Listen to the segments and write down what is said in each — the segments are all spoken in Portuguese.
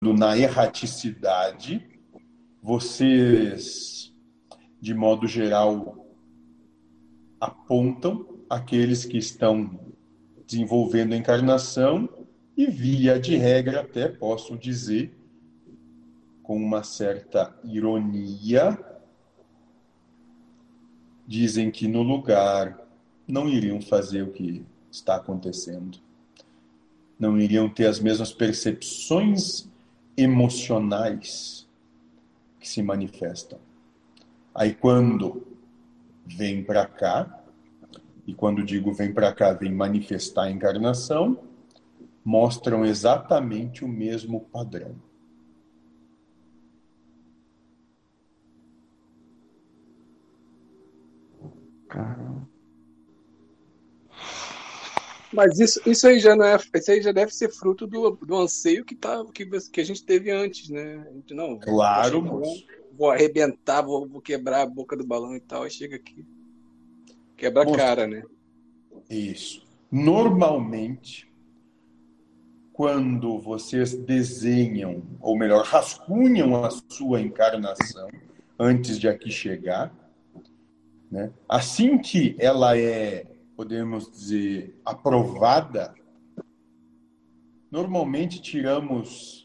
na erraticidade, vocês, de modo geral, apontam aqueles que estão desenvolvendo a encarnação e, via de regra, até posso dizer, com uma certa ironia, dizem que no lugar não iriam fazer o que está acontecendo. Não iriam ter as mesmas percepções emocionais que se manifestam. Aí quando vem para cá, e quando digo vem para cá, vem manifestar a encarnação, mostram exatamente o mesmo padrão. Caramba. Mas isso aí já não é, isso aí já deve ser fruto do anseio que a gente teve antes, né? A gente, não, vou Claro, chegar lá, moço. vou arrebentar, vou quebrar a boca do balão e tal, aí chega aqui, quebra a Moço, cara, né? isso. Normalmente, quando vocês desenham, ou melhor, rascunham a sua encarnação antes de aqui chegar, né? Assim que ela é, podemos dizer, aprovada, normalmente tiramos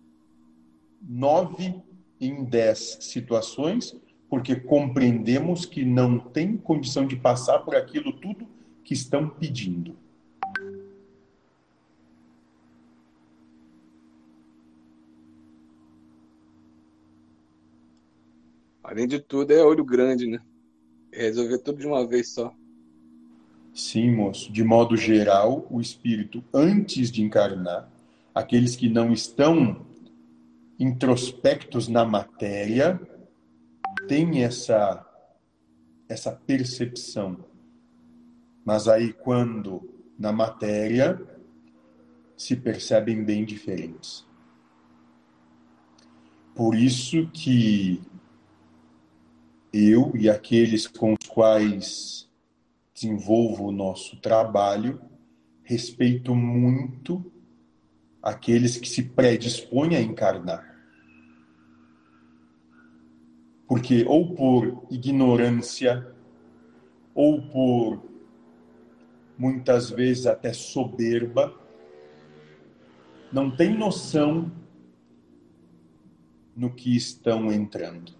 9 em 10 situações, porque compreendemos que não tem condição de passar por aquilo tudo que estão pedindo. Além de tudo, é olho grande, né? É resolver tudo de uma vez só. Sim, moço. De modo geral, o espírito, antes de encarnar, aqueles que não estão introspectos na matéria, têm essa percepção. Mas aí, quando na matéria, se percebem bem diferentes. Por isso que eu e aqueles com os quais desenvolvo o nosso trabalho, respeito muito aqueles que se predispõem a encarnar. Porque ou por ignorância, ou por muitas vezes até soberba, não tem noção no que estão entrando.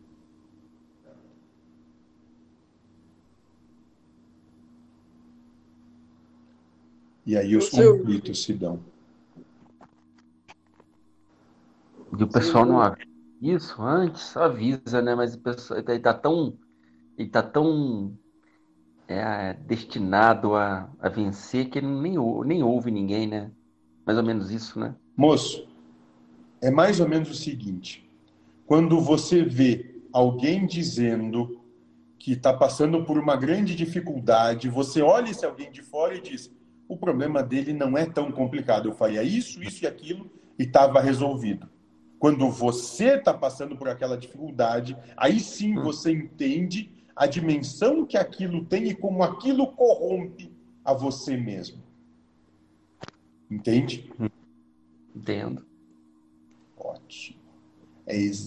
E aí os Eu sei, conflitos se dão. E o sim, pessoal não avisa isso antes, avisa, né? Mas o pessoal ele tá tão destinado a vencer que ele nem ouve ninguém, né? Mais ou menos isso, né? Moço, é mais ou menos o seguinte: quando você vê alguém dizendo que está passando por uma grande dificuldade, você olha esse alguém de fora e diz: o problema dele não é tão complicado. Eu faria isso, isso e aquilo e estava resolvido. Quando você está passando por aquela dificuldade, aí sim Hum, você entende a dimensão que aquilo tem e como aquilo corrompe a você mesmo. Entende? entendo. Ótimo. É